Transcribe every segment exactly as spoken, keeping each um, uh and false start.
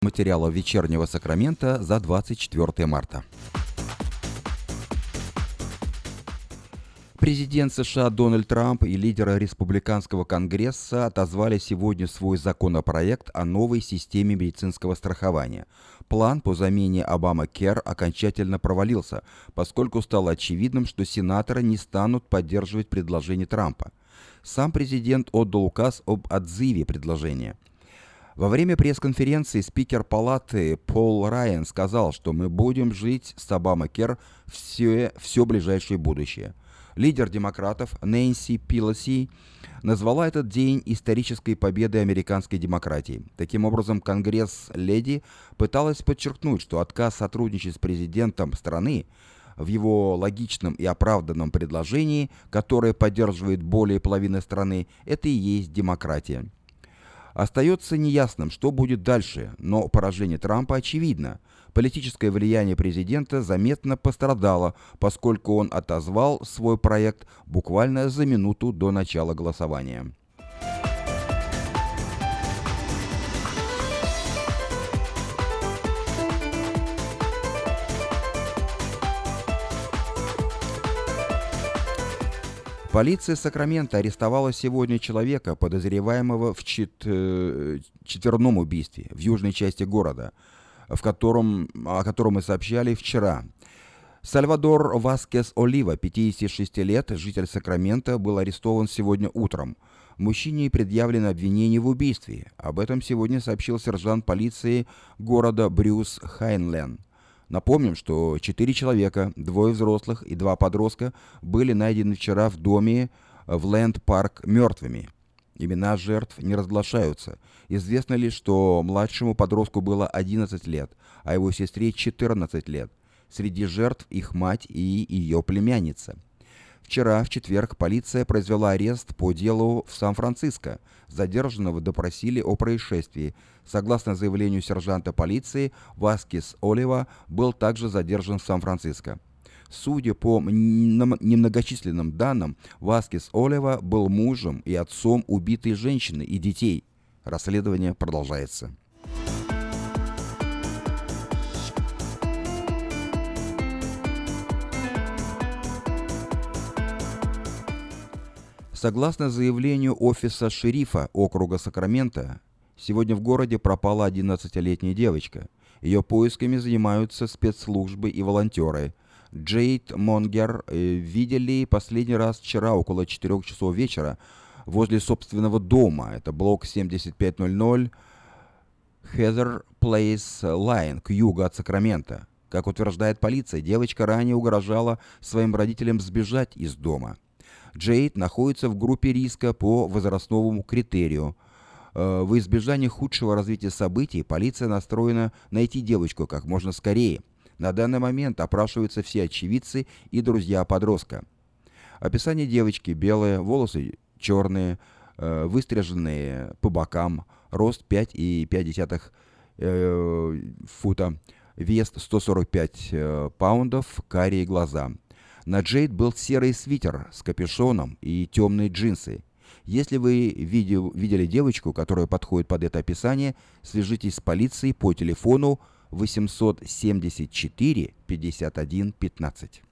Материалов «Вечернего Сакрамента» за двадцать четвёртое марта. Президент США Дональд Трамп и лидеры республиканского конгресса отозвали сегодня свой законопроект о новой системе медицинского страхования. План по замене Обама-Кэр окончательно провалился, поскольку стало очевидным, что сенаторы не станут поддерживать предложение Трампа. Сам президент отдал указ об отзыве предложения. Во время пресс-конференции спикер палаты Пол Райан сказал, что мы будем жить с Обама-Кэр все, все ближайшее будущее. Лидер демократов Нэнси Пелоси назвала этот день исторической победой американской демократии. Таким образом, Конгресс-леди пыталась подчеркнуть, что отказ сотрудничать с президентом страны в его логичном и оправданном предложении, которое поддерживает более половины страны, это и есть демократия. Остается неясным, что будет дальше, но поражение Трампа очевидно. Политическое влияние президента заметно пострадало, поскольку он отозвал свой проект буквально за минуту до начала голосования. Полиция Сакрамента арестовала сегодня человека, подозреваемого в чет... четверном убийстве в южной части города, в котором... о котором мы сообщали вчера. Сальвадор Васкес Олива, пятидесяти шести лет, житель Сакрамента, был арестован сегодня утром. Мужчине предъявлено обвинение в убийстве. Об этом сегодня сообщил сержант полиции города Брюс Хайнлен. Напомним, что четыре человека, двое взрослых и два подростка, были найдены вчера в доме в Лэнд-парк мертвыми. Имена жертв не разглашаются. Известно лишь, что младшему подростку было одиннадцать лет, а его сестре четырнадцать лет. Среди жертв их мать и ее племянница. Вчера, в четверг, полиция произвела арест по делу в Сан-Франциско. Задержанного допросили о происшествии. Согласно заявлению сержанта полиции, Васкес Олива был также задержан в Сан-Франциско. Судя по немногочисленным данным, Васкес Олива был мужем и отцом убитой женщины и детей. Расследование продолжается. Согласно заявлению офиса шерифа округа Сакраменто, сегодня в городе пропала одиннадцатилетняя девочка. Ее поисками занимаются спецслужбы и волонтеры. Джейд Монгер видели последний раз вчера около четырёх часов вечера возле собственного дома. Это блок семьдесят пять ноль Heather Place Line к югу от Сакрамента. Как утверждает полиция, девочка ранее угрожала своим родителям сбежать из дома. Джейд находится в группе риска по возрастному критерию. Во избежание худшего развития событий полиция настроена найти девочку как можно скорее. На данный момент опрашиваются все очевидцы и друзья подростка. Описание девочки: белые, волосы черные, выстриженные по бокам, рост пять и пять десятых фута, вес сто сорок пять паундов, карие глаза. На Джейд был серый свитер с капюшоном и темные джинсы. Если вы видел, видели девочку, которая подходит под это описание, свяжитесь с полицией по телефону восемьсот семьдесят четыре пятьдесят один пятнадцать.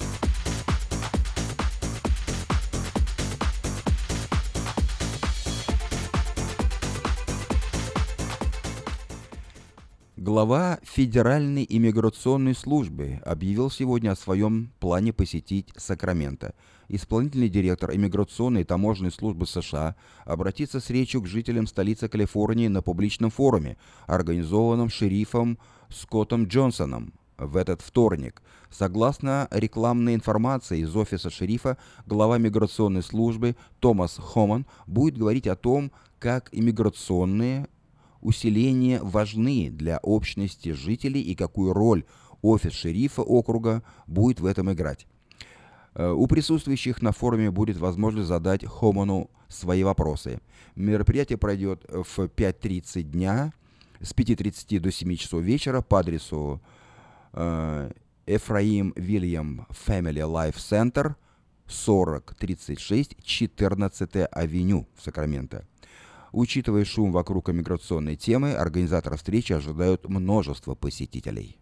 Глава Федеральной иммиграционной службы объявил сегодня о своем плане посетить Сакраменто. Исполнительный директор иммиграционной и таможенной службы США обратится с речью к жителям столицы Калифорнии на публичном форуме, организованном шерифом Скоттом Джонсоном в этот вторник. Согласно рекламной информации из офиса шерифа, глава миграционной службы Томас Хоман будет говорить о том, как иммиграционные усиления важны для общности жителей и какую роль офис шерифа округа будет в этом играть. У присутствующих на форуме будет возможность задать Хоману свои вопросы. Мероприятие пройдет в пять тридцать дня, с пяти тридцати до семи часов вечера по адресу э, Эфраим Вильям Family Life Center, сорок тридцать шесть четырнадцатая авеню в Сакраменто. Учитывая шум вокруг иммиграционной темы, организаторы встречи ожидают множество посетителей.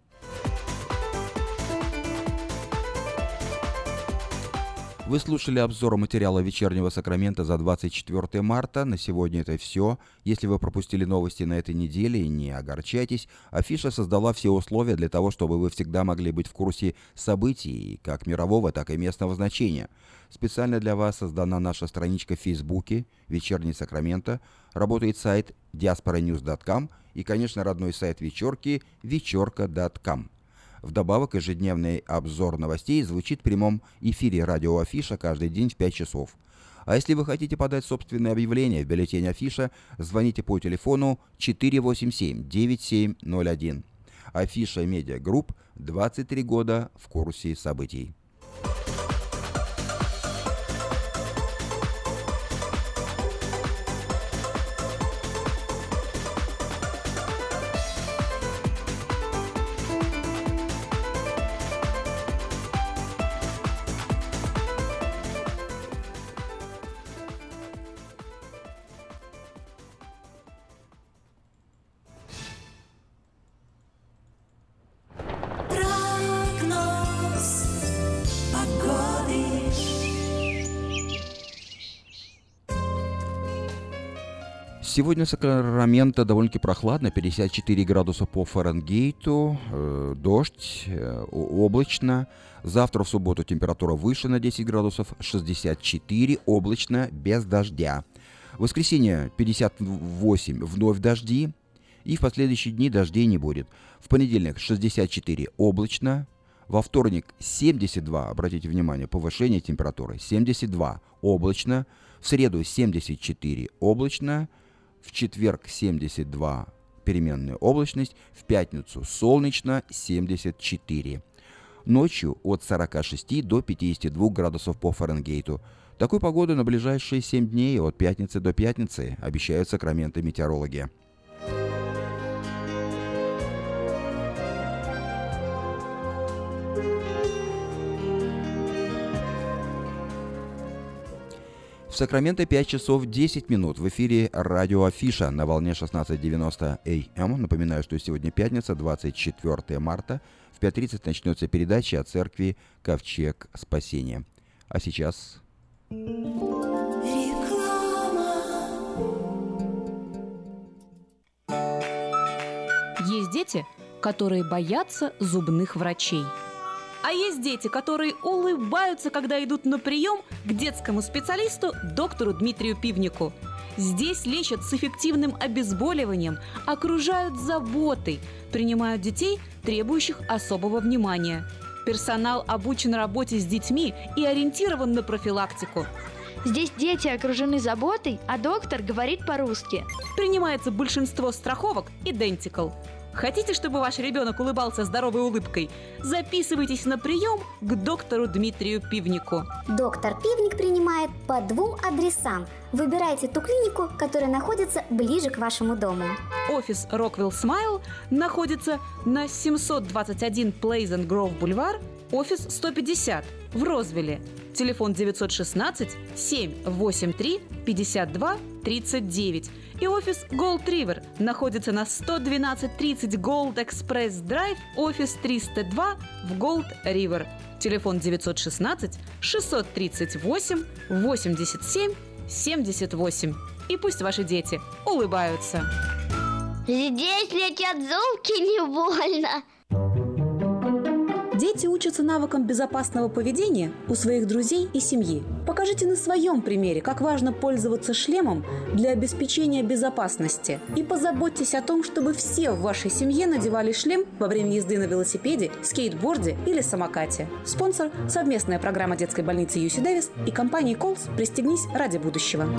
Вы слушали обзор материала «Вечернего Сакрамента» за двадцать четвёртое марта. На сегодня это все. Если вы пропустили новости на этой неделе, не огорчайтесь. Афиша создала все условия для того, чтобы вы всегда могли быть в курсе событий, как мирового, так и местного значения. Специально для вас создана наша страничка в Фейсбуке «Вечерний Сакраменто». Работает сайт диаспора ньюс точка ком и, конечно, родной сайт вечерки вечерка точка ком. Вдобавок, ежедневный обзор новостей звучит в прямом эфире радио Афиша каждый день в пять часов. А если вы хотите подать собственное объявление в бюллетень Афиша, звоните по телефону четыре восемь семь девять семь ноль один. Афиша Медиа Групп, двадцать три года в курсе событий. Сегодня Сакраменто довольно-таки прохладно, пятьдесят четыре градуса по Фаренгейту, э, дождь, э, облачно. Завтра в субботу температура выше на десять градусов, шестьдесят четыре, облачно, без дождя. В воскресенье пятьдесят восемь, вновь дожди, и в последующие дни дождей не будет. В понедельник шестьдесят четыре, облачно. Во вторник семьдесят два, обратите внимание, повышение температуры, семьдесят два, облачно. В среду семьдесят четыре, облачно. В четверг семьдесят два, переменная облачность. В пятницу солнечно, семьдесят четыре. Ночью от сорока шести до пятидесяти двух градусов по Фаренгейту. Такую погоду на ближайшие семь дней от пятницы до пятницы обещают Сакраменто метеорологи. В Сакраменто пять часов десять минут. В эфире радио Афиша на волне шестнадцать девяносто эй эм. Напоминаю, что сегодня пятница, двадцать четвёртое марта. В пять тридцать начнется передача о церкви «Ковчег спасения». А сейчас... Есть дети, которые боятся зубных врачей. А есть дети, которые улыбаются, когда идут на прием к детскому специалисту доктору Дмитрию Пивнику. Здесь лечат с эффективным обезболиванием, окружают заботой, принимают детей, требующих особого внимания. Персонал обучен работе с детьми и ориентирован на профилактику. Здесь дети окружены заботой, а доктор говорит по-русски. Принимается большинство страховок Identical. Хотите, чтобы ваш ребенок улыбался здоровой улыбкой? Записывайтесь на прием к доктору Дмитрию Пивнику. Доктор Пивник принимает по двум адресам. Выбирайте ту клинику, которая находится ближе к вашему дому. Офис Rockwell Smile находится на семьсот двадцать один Pleasant Grove Boulevard, офис сто пятьдесят в Розвилле. Телефон девятьсот шестнадцать семь восемь три пятьдесят два тридцать девять. И офис Gold River находится на сто двенадцать тридцать Gold Express Drive, офис триста два в Gold River. Телефон девятьсот шестнадцать шестьсот тридцать восемь восемьдесят семь семьдесят восемь. И пусть ваши дети улыбаются. Здесь летят зубки, не больно. Дети учатся навыкам безопасного поведения у своих друзей и семьи. Покажите на своем примере, как важно пользоваться шлемом для обеспечения безопасности. И позаботьтесь о том, чтобы все в вашей семье надевали шлем во время езды на велосипеде, скейтборде или самокате. Спонсор – совместная программа детской больницы ю си Дэвис и компании Колс «Пристегнись ради будущего».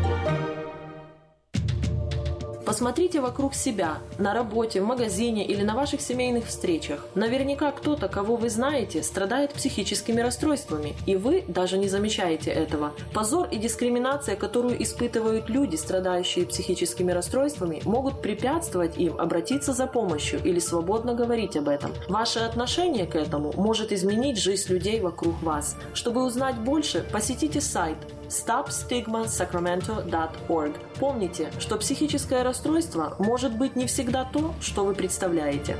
Посмотрите вокруг себя, на работе, в магазине или на ваших семейных встречах. Наверняка кто-то, кого вы знаете, страдает психическими расстройствами, и вы даже не замечаете этого. Позор и дискриминация, которую испытывают люди, страдающие психическими расстройствами, могут препятствовать им обратиться за помощью или свободно говорить об этом. Ваше отношение к этому может изменить жизнь людей вокруг вас. Чтобы узнать больше, посетите сайт стоп стигма сакраменто точка орг. Помните, что психическое расстройство может быть не всегда то, что вы представляете.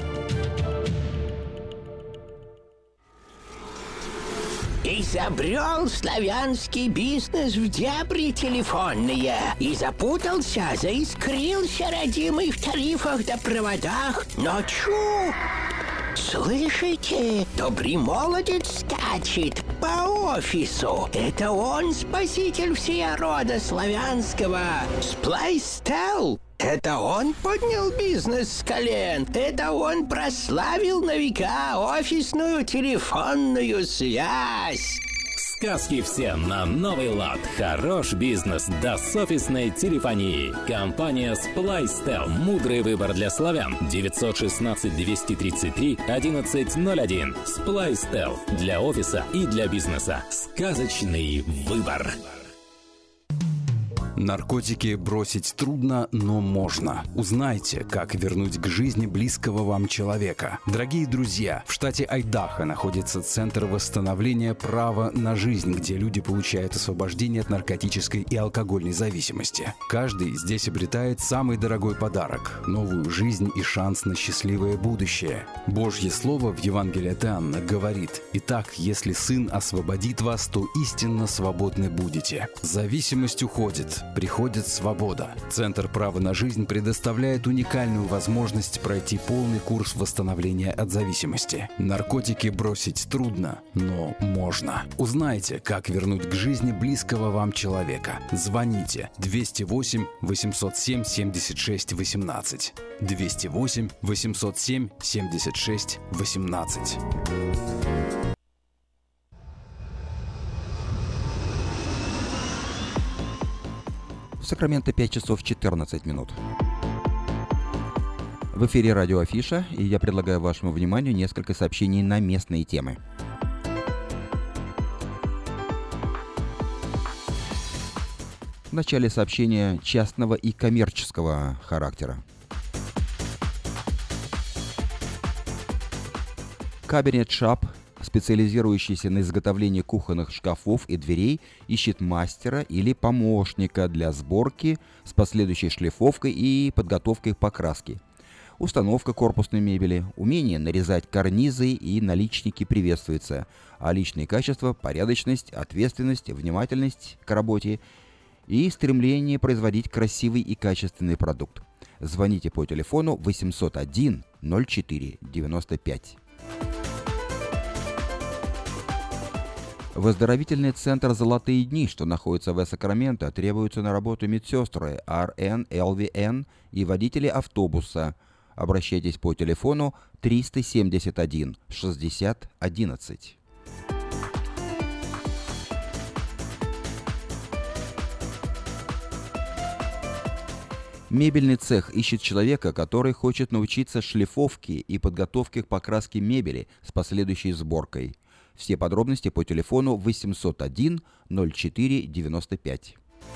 Изобрел славянский бизнес в дебри телефонные и запутался, заискрился родимый в тарифах да проводах. Но чу! Слышите? Добрый молодец скачет по офису. Это он спаситель всея рода славянского. Сплайстел. Это он поднял бизнес с колен. Это он прославил на века офисную телефонную связь. Сказки все на новый лад. Хорош бизнес да с офисной телефонии. Компания Splystel. Мудрый выбор для славян. девять один шесть два три три одиннадцать ноль один. Splystel. Для офиса и для бизнеса. Сказочный выбор. Наркотики бросить трудно, но можно. Узнайте, как вернуть к жизни близкого вам человека. Дорогие друзья, в штате Айдахо находится Центр восстановления права на жизнь, где люди получают освобождение от наркотической и алкогольной зависимости. Каждый здесь обретает самый дорогой подарок – новую жизнь и шанс на счастливое будущее. Божье Слово в Евангелии от Иоанна говорит: «Итак, если Сын освободит вас, то истинно свободны будете». Зависимость уходит. Приходит свобода. Центр права на жизнь предоставляет уникальную возможность пройти полный курс восстановления от зависимости. Наркотики бросить трудно, но можно. Узнайте, как вернуть к жизни близкого вам человека. Звоните двести восемь восемьсот семь семьдесят шесть восемнадцать. двести восемь восемьсот семь семьдесят шесть восемнадцать. В Сакраменто пять часов четырнадцать минут. В эфире радио Афиша, и я предлагаю вашему вниманию несколько сообщений на местные темы. В начале сообщения частного и коммерческого характера. Cabinet Shop, специализирующийся на изготовлении кухонных шкафов и дверей, ищет мастера или помощника для сборки с последующей шлифовкой и подготовкой покраски. Установка корпусной мебели, умение нарезать карнизы и наличники приветствуется, а личные качества, порядочность, ответственность, внимательность к работе и стремление производить красивый и качественный продукт. Звоните по телефону восемьсот один ноль четыре девяносто пять. В оздоровительный центр «Золотые дни», что находится в Сакраменто, требуются на работу медсестры эр эн, эл ви эн и водители автобуса. Обращайтесь по телефону триста семьдесят один шестьдесят одиннадцать. Мебельный цех ищет человека, который хочет научиться шлифовке и подготовке к покраске мебели с последующей сборкой. Все подробности по телефону восемьсот один ноль четыре девяносто пять.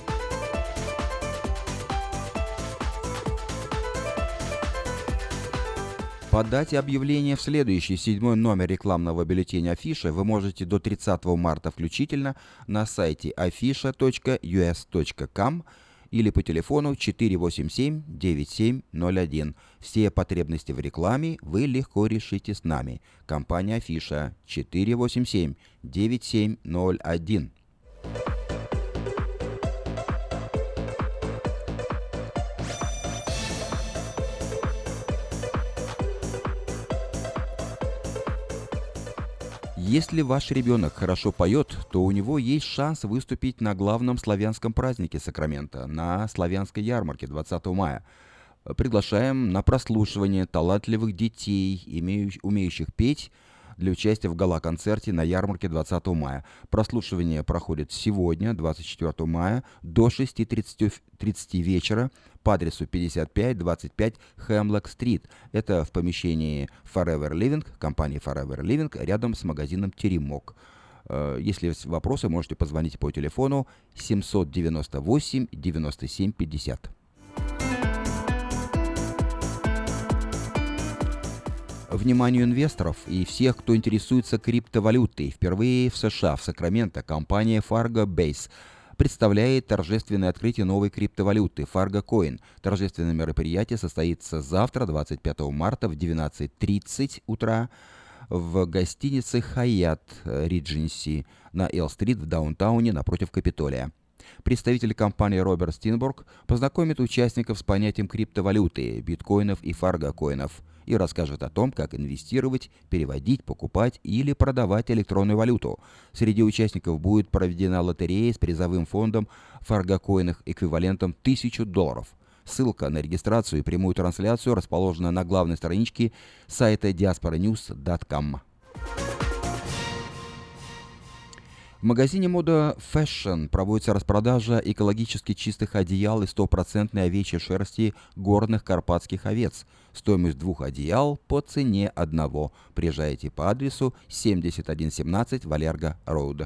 Подать объявление в следующий седьмой номер рекламного бюллетеня Афиша вы можете до тридцатого марта включительно на сайте афиша точка ю эс точка ком или по телефону четыре восемь семь девять семь ноль один. Все потребности в рекламе вы легко решите с нами. Компания Афиша четыре восемь семь девять семь ноль один. Если ваш ребенок хорошо поет, то у него есть шанс выступить на главном славянском празднике Сакрамента, на славянской ярмарке двадцатого мая. Приглашаем на прослушивание талантливых детей, имеющих, умеющих петь, для участия в гала-концерте на ярмарке двадцатого мая. Прослушивание проходит сегодня, двадцать четвёртого мая, до шести тридцати вечера по адресу пятьдесят пять двадцать пять Хемлок-стрит. Это в помещении Forever Living, компании Forever Living, рядом с магазином «Теремок». Если есть вопросы, можете позвонить по телефону семьсот девяносто восемь девяносто семь пятьдесят. Вниманию инвесторов и всех, кто интересуется криптовалютой, впервые в США, в Сакраменто, компания Fargo Base представляет торжественное открытие новой криптовалюты Fargo Coin. Торжественное мероприятие состоится завтра, двадцать пятого марта, в двенадцать тридцать утра в гостинице Hyatt Regency на Эл-стрит в даунтауне напротив Капитолия. Представитель компании Роберт Стинбург познакомит участников с понятием криптовалюты, биткоинов и фарго-коинов и расскажет о том, как инвестировать, переводить, покупать или продавать электронную валюту. Среди участников будет проведена лотерея с призовым фондом в фарго-коинах эквивалентом тысячу долларов. Ссылка на регистрацию и прямую трансляцию расположена на главной страничке сайта диаспора ньюс точка ком. В магазине мода Fashion проводится распродажа экологически чистых одеял из стопроцентной овечьей шерсти горных карпатских овец. Стоимость двух одеял по цене одного. Приезжайте по адресу семьдесят один семнадцать Валерго Роуд.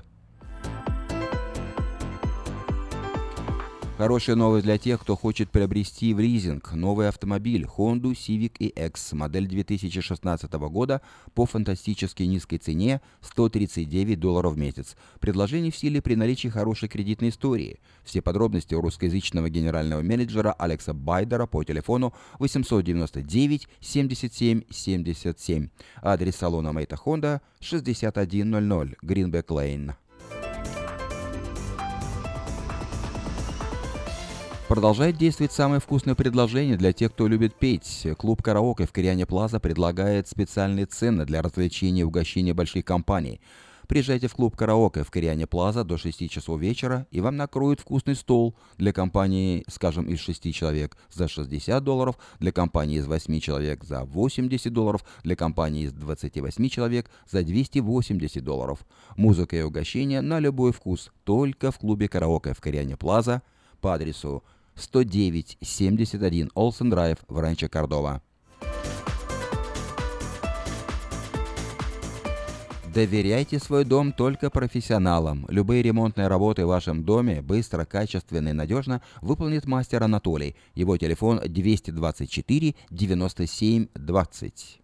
Хорошая новость для тех, кто хочет приобрести в лизинг новый автомобиль Honda Civic и X, модель две тысячи шестнадцатого года по фантастически низкой цене сто тридцать девять долларов в месяц. Предложение в силе при наличии хорошей кредитной истории. Все подробности у русскоязычного генерального менеджера Алекса Байдера по телефону восемьсот девяносто девять семьдесят семь семьдесят семь. Адрес салона Мэйта Honda шестьдесят один ноль ноль Greenback Lane. Продолжает действовать самое вкусное предложение для тех, кто любит петь. Клуб «Караоке» в Кориане Плаза предлагает специальные цены для развлечения и угощения больших компаний. Приезжайте в клуб «Караоке» в Кориане Плаза до шести часов вечера, и вам накроют вкусный стол для компании, скажем, из шести человек за шестьдесят долларов, для компании из восьми человек за восемьдесят долларов, для компании из двадцати восьми человек за двести восемьдесят долларов. Музыка и угощение на любой вкус, только в клубе «Караоке» в Кориане Плаза по адресу сто девять семьдесят один Олсен Драйв в Ранчо Кордова. Доверяйте свой дом только профессионалам. Любые ремонтные работы в вашем доме быстро, качественно и надежно выполнит мастер Анатолий. Его телефон двести двадцать четыре девяносто семь двадцать.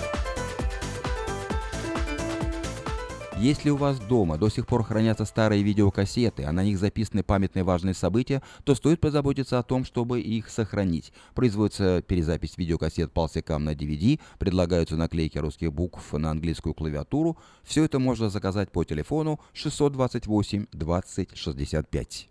Если у вас дома до сих пор хранятся старые видеокассеты, а на них записаны памятные важные события, то стоит позаботиться о том, чтобы их сохранить. Производится перезапись видеокассет полсекам на ди ви ди, предлагаются наклейки русских букв на английскую клавиатуру. Все это можно заказать по телефону шестьсот двадцать восемь двадцать шестьдесят пять.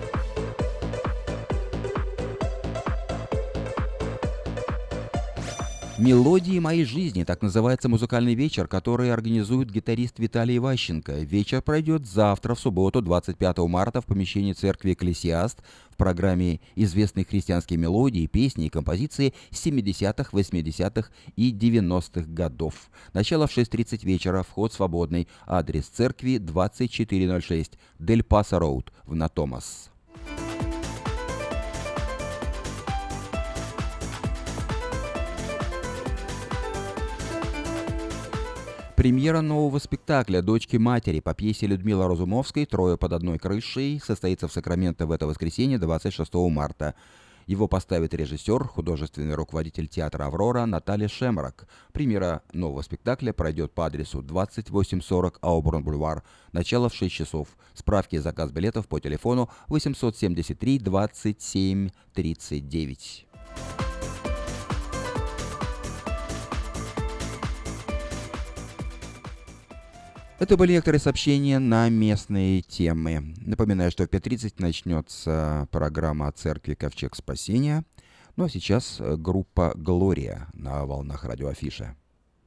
«Мелодии моей жизни» — так называется музыкальный вечер, который организует гитарист Виталий Ващенко. Вечер пройдет завтра, в субботу, двадцать пятого марта, в помещении церкви «Экклесиаст». В программе известные христианские мелодии, песни и композиции семидесятых, восьмидесятых и девяностых годов. Начало в шесть тридцать вечера, вход свободный. Адрес церкви двадцать четыре ноль шесть Дель Пасо Роуд в Натомас. Премьера нового спектакля «Дочки матери» по пьесе Людмилы Разумовской «Трое под одной крышей» состоится в Сакраменто в это воскресенье, двадцать шестого марта. Его поставит режиссер, художественный руководитель театра «Аврора» Наталья Шемрак. Премьера нового спектакля пройдет по адресу двадцать восемь сорок Аубурн-Бульвар. Начало в шесть часов. Справки и заказ билетов по телефону восемьсот семьдесят три двадцать семь тридцать девять. Это были некоторые сообщения на местные темы. Напоминаю, что в пять тридцать начнется программа о церкви «Ковчег спасения». Ну а сейчас группа «Глория» на волнах радио Афиша.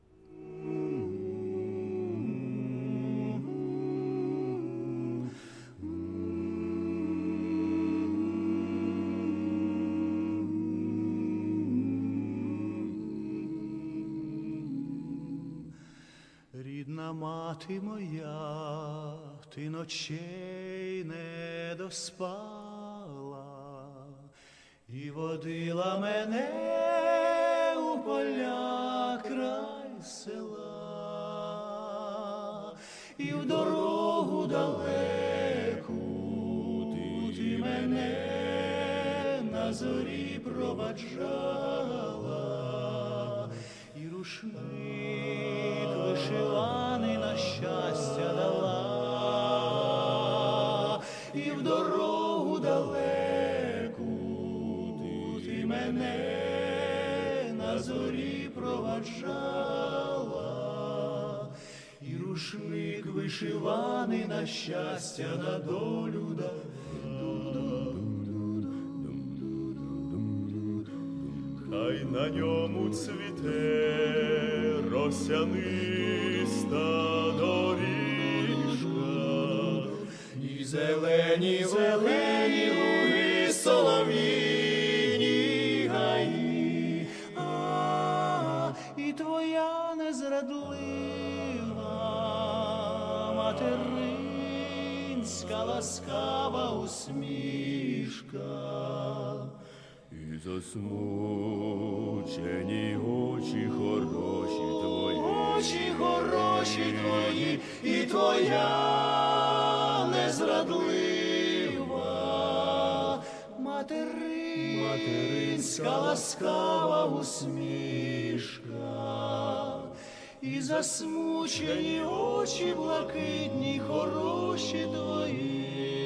Рідна мати моя, ти ночей не доспала і водила мене у поля край села, і в дорогу далеку ти мене на зорі проваджала, і рушник вишиваний на щастя дала, і в дорогу мене на зорі проваджала, і рушник вишиваний на щастя, на долю дав. Хай на ньому цвіте росяниста доріжка, і зелені, зелені луги, солов'їні гаї, а, і твоя незрадлива материнська ласкава усмішка. І засмучені очі хороші твої, очі хороші твої, і твоя незрадлива матери, материнська ласкава усмішка. І засмучені очі блакитні хороші твої.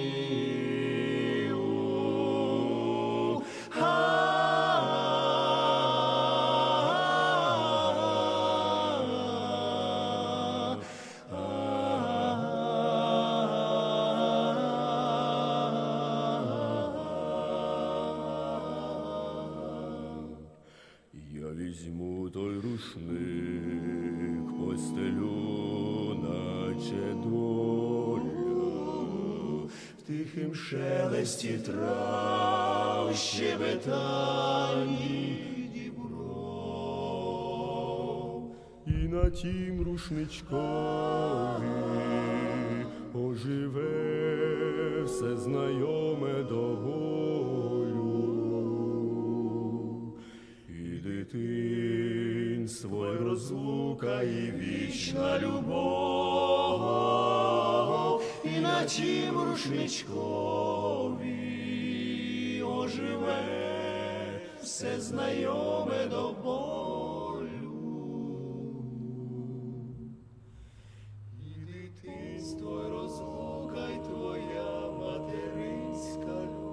Я візьму той рушник, постелю, наче доля, в тихім шелесті трав, щебетанні дібров. І на тім рушничкові оживе все знайоме до болю. Дитинство й розлука, і вічна любов, і на тім рушничкові оживе все знайоме до болю. І дитинство й розлука, й твоя материнська любов.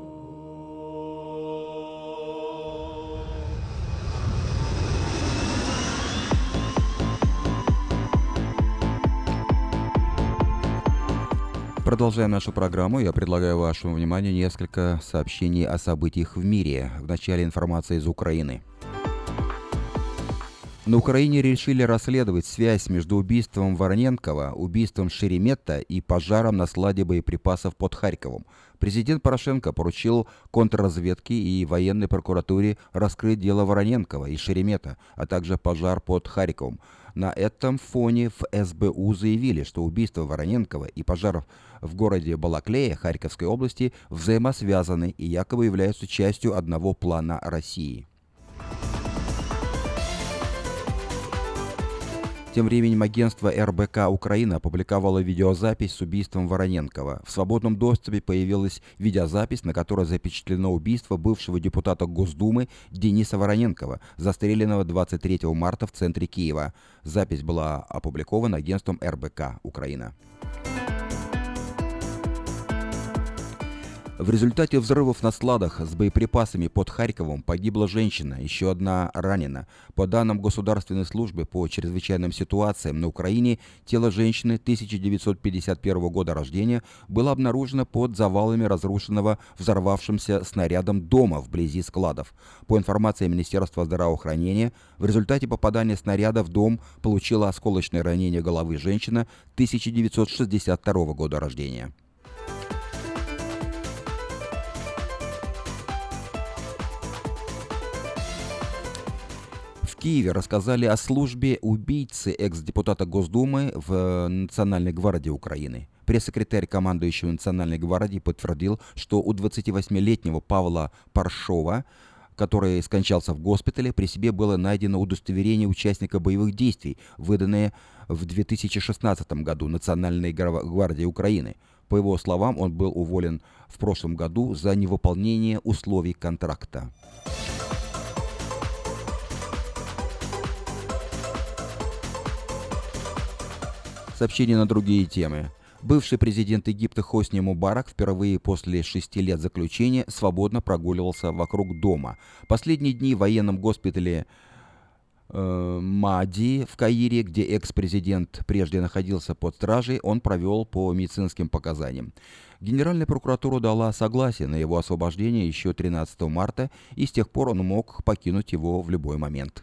Продолжаем нашу программу. Я предлагаю вашему вниманию несколько сообщений о событиях в мире. Вначале информация из Украины. На Украине решили расследовать связь между убийством Вороненкова, убийством Шеремета и пожаром на складе боеприпасов под Харьковом. Президент Порошенко поручил контрразведке и военной прокуратуре раскрыть дело Вороненкова и Шеремета, а также пожар под Харьковом. На этом фоне в эс бэ у заявили, что убийство Вороненкова и пожар в городе Балаклея Харьковской области взаимосвязаны и якобы являются частью одного плана России. Тем временем агентство эр бэ ка Украина опубликовало видеозапись с убийством Вороненкова. В свободном доступе появилась видеозапись, на которой запечатлено убийство бывшего депутата Госдумы Дениса Вороненкова, застреленного двадцать третьего марта в центре Киева. Запись была опубликована агентством эр бэ ка Украина. В результате взрывов на складах с боеприпасами под Харьковом погибла женщина, еще одна ранена. По данным Государственной службы по чрезвычайным ситуациям на Украине, тело женщины тысяча девятьсот пятьдесят первого года рождения было обнаружено под завалами разрушенного взорвавшимся снарядом дома вблизи складов. По информации Министерства здравоохранения, в результате попадания снаряда в дом получила осколочное ранение головы женщина тысяча девятьсот шестьдесят второго года рождения. В Киеве рассказали о службе убийцы экс-депутата Госдумы в Национальной гвардии Украины. Пресс-секретарь командующего Национальной гвардии подтвердил, что у двадцативосьмилетнего Павла Паршова, который скончался в госпитале, при себе было найдено удостоверение участника боевых действий, выданное в две тысячи шестнадцатом году Национальной гвардией Украины. По его словам, он был уволен в прошлом году за невыполнение условий контракта. Сообщения на другие темы. Бывший президент Египта Хосни Мубарак впервые после шести лет заключения свободно прогуливался вокруг дома. Последние дни в военном госпитале э, Маади в Каире, где экс-президент прежде находился под стражей, он провел по медицинским показаниям. Генеральная прокуратура дала согласие на его освобождение еще тринадцатого марта, и с тех пор он мог покинуть его в любой момент.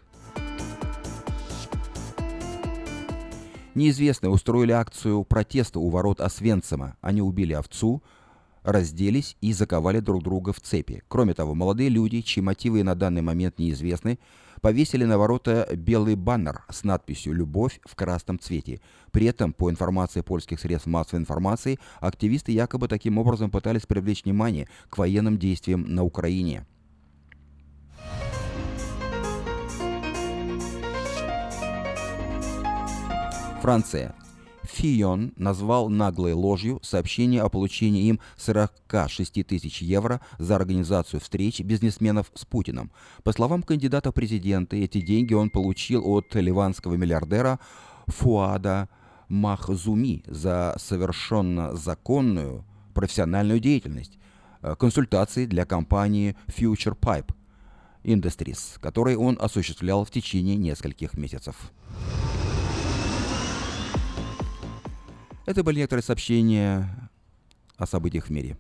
Неизвестные устроили акцию протеста у ворот Освенцима. Они убили овцу, разделись и заковали друг друга в цепи. Кроме того, молодые люди, чьи мотивы на данный момент неизвестны, повесили на ворота белый баннер с надписью «Любовь» в красном цвете. При этом, по информации польских средств массовой информации, активисты якобы таким образом пытались привлечь внимание к военным действиям на Украине. Франция. Фион назвал наглой ложью сообщение о получении им сорок шесть тысяч евро за организацию встреч бизнесменов с Путиным. По словам кандидата в президенты, эти деньги он получил от ливанского миллиардера Фуада Махзуми за совершенно законную профессиональную деятельность, консультации для компании Future Pipe Industries, которые он осуществлял в течение нескольких месяцев. Это были некоторые сообщения о событиях в мире.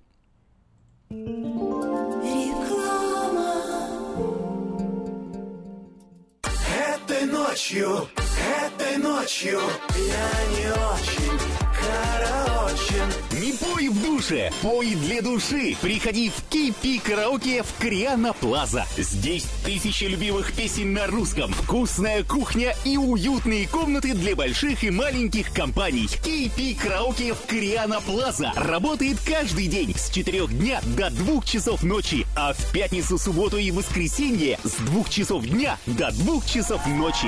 Этой ночью, этой ночью я не очень караочен. Не пой в душе, пой для души. Приходи в кей пи Караоке в Криана Плаза. Здесь тысячи любимых песен на русском, вкусная кухня и уютные комнаты для больших и маленьких компаний. кей пи Караоке в Криана Плаза работает каждый день с четырёх дня до двух часов ночи, а в пятницу, субботу и воскресенье с двух часов дня до двух часов ночи.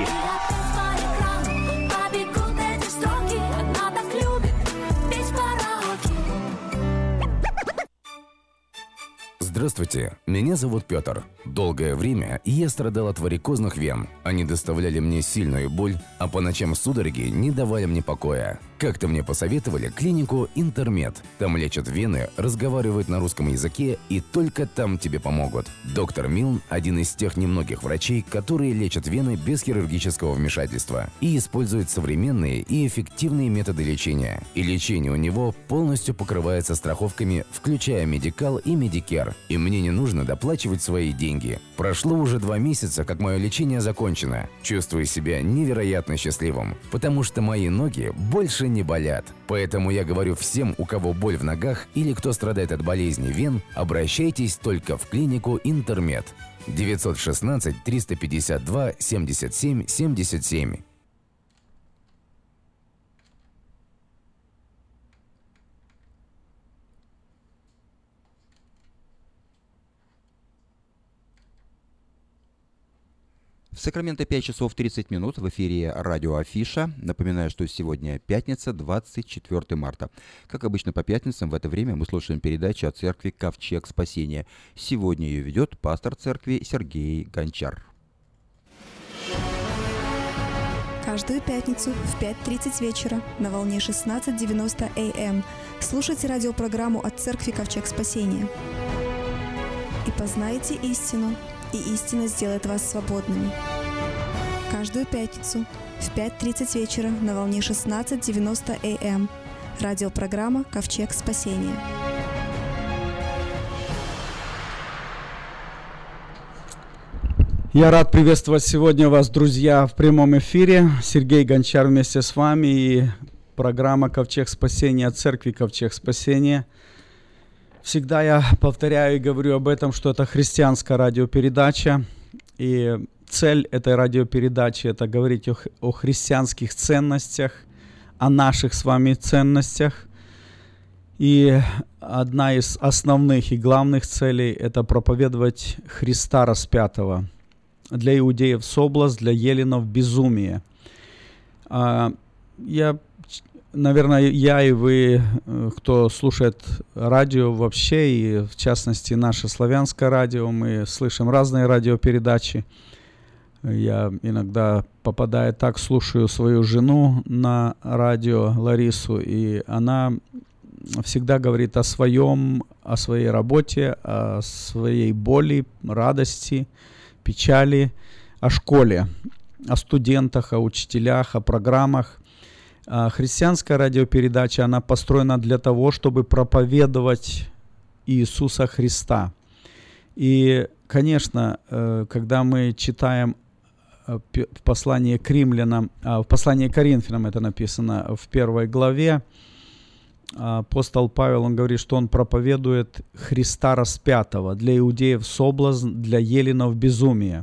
Здравствуйте, меня зовут Петр. Долгое время я страдал от варикозных вен. Они доставляли мне сильную боль, а по ночам судороги не давали мне покоя. Как-то мне посоветовали клинику Интермед. Там лечат вены, разговаривают на русском языке, и только там тебе помогут. Доктор Милн – один из тех немногих врачей, которые лечат вены без хирургического вмешательства и используют современные и эффективные методы лечения. И лечение у него полностью покрывается страховками, включая Медикал и Медикер. И мне не нужно доплачивать свои деньги. Прошло уже два месяца, как мое лечение закончено. Чувствую себя невероятно счастливым, потому что мои ноги больше не болят. Поэтому я говорю всем, у кого боль в ногах или кто страдает от болезни вен, обращайтесь только в клинику Интермед. девятьсот шестнадцать триста пятьдесят два семьдесят семь семьдесят семь. В Сакраменто пять часов тридцать минут, в эфире радио Афиша. Напоминаю, что сегодня пятница, двадцать четвёртого марта. Как обычно по пятницам в это время мы слушаем передачу о церкви Ковчег Спасения. Сегодня ее ведет пастор церкви Сергей Гончар. Каждую пятницу в пять тридцать вечера на волне шестнадцать девяносто эй эм слушайте радиопрограмму от церкви Ковчег Спасения. И познаете истину, и истина сделает вас свободными. Каждую пятницу в пять тридцать вечера на волне шестнадцать девяносто эй эм. Радиопрограмма «Ковчег Спасения». Я рад приветствовать сегодня вас, друзья, в прямом эфире. Сергей Гончар вместе с вами и программа «Ковчег Спасения» от церкви «Ковчег Спасения». Всегда я повторяю и говорю об этом, что это христианская радиопередача, и цель этой радиопередачи – это говорить о, о христианских ценностях, о наших с вами ценностях. И одна из основных и главных целей – это проповедовать Христа распятого. Для иудеев соблазн, для еленов безумие. Я Наверное, я и вы, кто слушает радио вообще, и в частности наше славянское радио, мы слышим разные радиопередачи. Я иногда, попадая так, слушаю свою жену на радио, Ларису, и она всегда говорит о своем, о своей работе, о своей боли, радости, печали, о школе, о студентах, о учителях, о программах. А христианская радиопередача, она построена для того, чтобы проповедовать Иисуса Христа. И, конечно, когда мы читаем в послании к римлянам, в послании к Коринфянам это написано в первой главе, апостол Павел, он говорит, что он проповедует Христа распятого, для иудеев соблазн, для еленов безумие.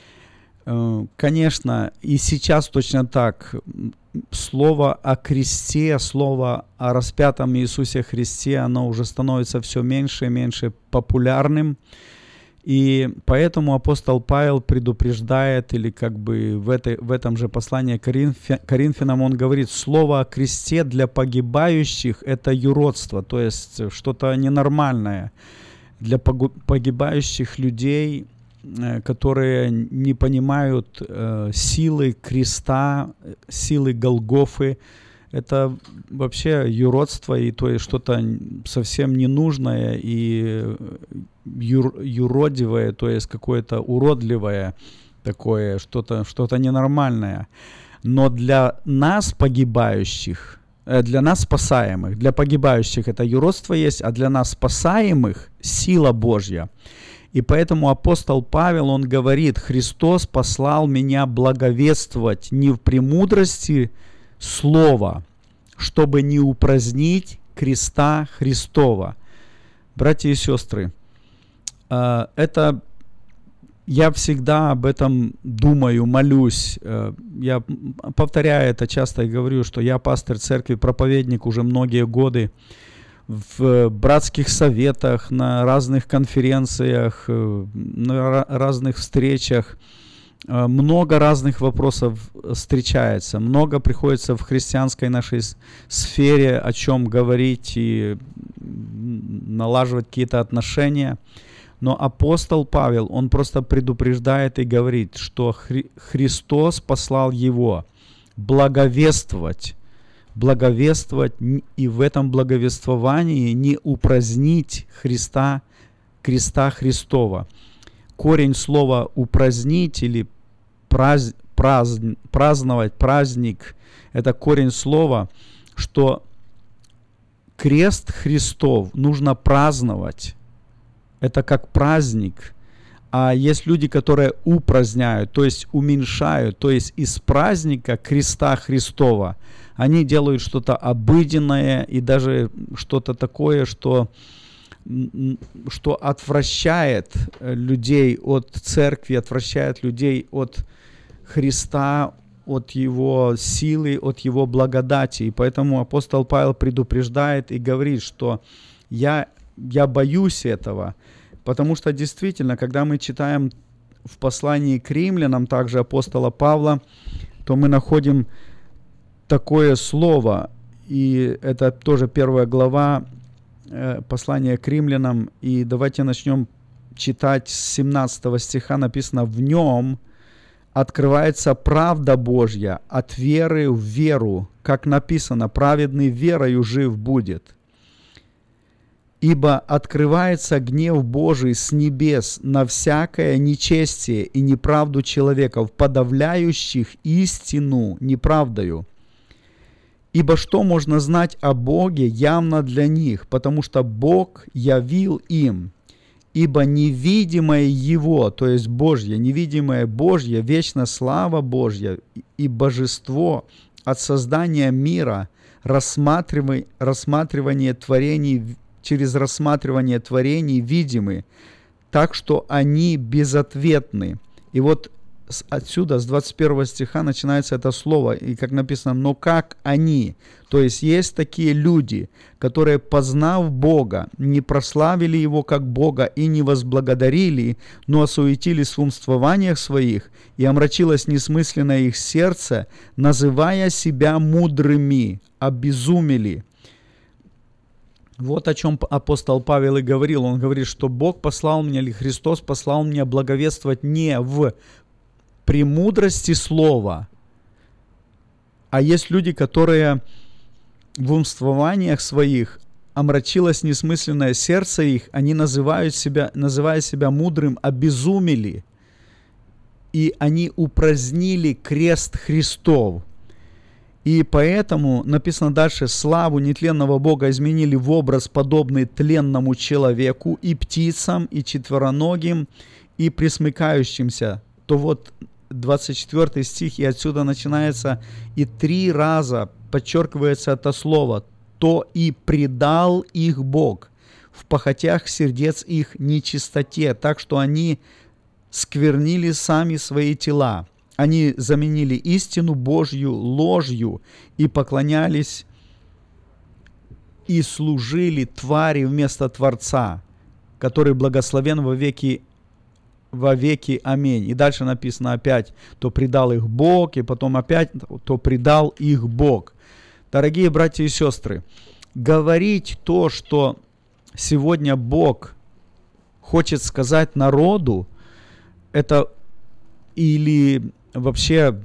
Конечно, и сейчас точно так, слово о кресте, слово о распятом Иисусе Христе, оно уже становится все меньше и меньше популярным. И поэтому апостол Павел предупреждает, или как бы в, этой, в этом же послании к Коринфя, Коринфянам он говорит, слово о кресте для погибающих – это юродство, то есть что-то ненормальное для погибающих людей, которые не понимают э, силы креста, силы Голгофы. Это вообще юродство, и то есть что-то совсем ненужное и юр, юродивое, то есть какое-то уродливое такое, что-то, что-то ненормальное. Но для нас погибающих, э, для нас спасаемых, для погибающих это юродство есть, а для нас спасаемых сила Божья. И поэтому апостол Павел, он говорит, Христос послал меня благовествовать не в премудрости слова, чтобы не упразднить креста Христова. Братья и сестры, это я всегда об этом думаю, молюсь. Я повторяю это часто и говорю, что я пастырь церкви, проповедник уже многие годы. В братских советах, на разных конференциях, на разных встречах. Много разных вопросов встречается, много приходится в христианской нашей сфере о чем говорить и налаживать какие-то отношения. Но апостол Павел, он просто предупреждает и говорит, что Хри- Христос послал его благовествовать, благовествовать и в этом благовествовании не упразднить Христа, креста Христова. Корень слова «упразднить» или празд, празд, «праздновать», «праздник» – это корень слова, что крест Христов нужно праздновать. Это как праздник. А есть люди, которые упраздняют, то есть уменьшают, то есть из праздника креста Христова они делают что-то обыденное и даже что-то такое, что, что отвращает людей от церкви, отвращает людей от Христа, от Его силы, от Его благодати. И поэтому апостол Павел предупреждает и говорит, что я, я боюсь этого, потому что действительно, когда мы читаем в послании к римлянам также апостола Павла, то мы находим такое слово, и это тоже первая глава э, послания к римлянам, и давайте начнем читать с семнадцатого стиха, написано: «В нем открывается правда Божья от веры в веру, как написано, праведный верою жив будет. Ибо открывается гнев Божий с небес на всякое нечестие и неправду человеков, подавляющих истину неправдою. Ибо что можно знать о Боге явно для них, потому что Бог явил им. Ибо невидимое Его, то есть Божье, невидимое Божье, вечная слава Божья и божество от создания мира, рассматривание, рассматривание творений, через рассматривание творений видимы, так что они безответны». И вот отсюда, с двадцать первого стиха, начинается это слово, и как написано: «Но как они», то есть есть такие люди, которые, познав Бога, не прославили Его как Бога и не возблагодарили, но осуетились в умствованиях своих, и омрачилось несмысленное их сердце, называя себя мудрыми, обезумели». Вот о чем апостол Павел и говорил. Он говорит, что Бог послал меня, или Христос послал меня благовествовать не в премудрости слова. А есть люди, которые в умствованиях своих омрачилось несмысленное сердце их, они называют себя, называя себя мудрым, обезумели, и они упразднили крест Христов. И поэтому написано дальше: славу нетленного Бога изменили в образ, подобный тленному человеку, и птицам, и четвероногим, и пресмыкающимся. То вот двадцать четвёртый стих, и отсюда начинается, и три раза подчеркивается это слово: то и предал их Бог в похотях сердец их нечистоте, так что они сквернили сами свои тела. Они заменили истину Божью ложью и поклонялись и служили твари вместо Творца, который благословен во веки, во веки. Аминь. И дальше написано опять: то предал их Бог, и потом опять: то предал их Бог. Дорогие братья и сестры, говорить то, что сегодня Бог хочет сказать народу, это или вообще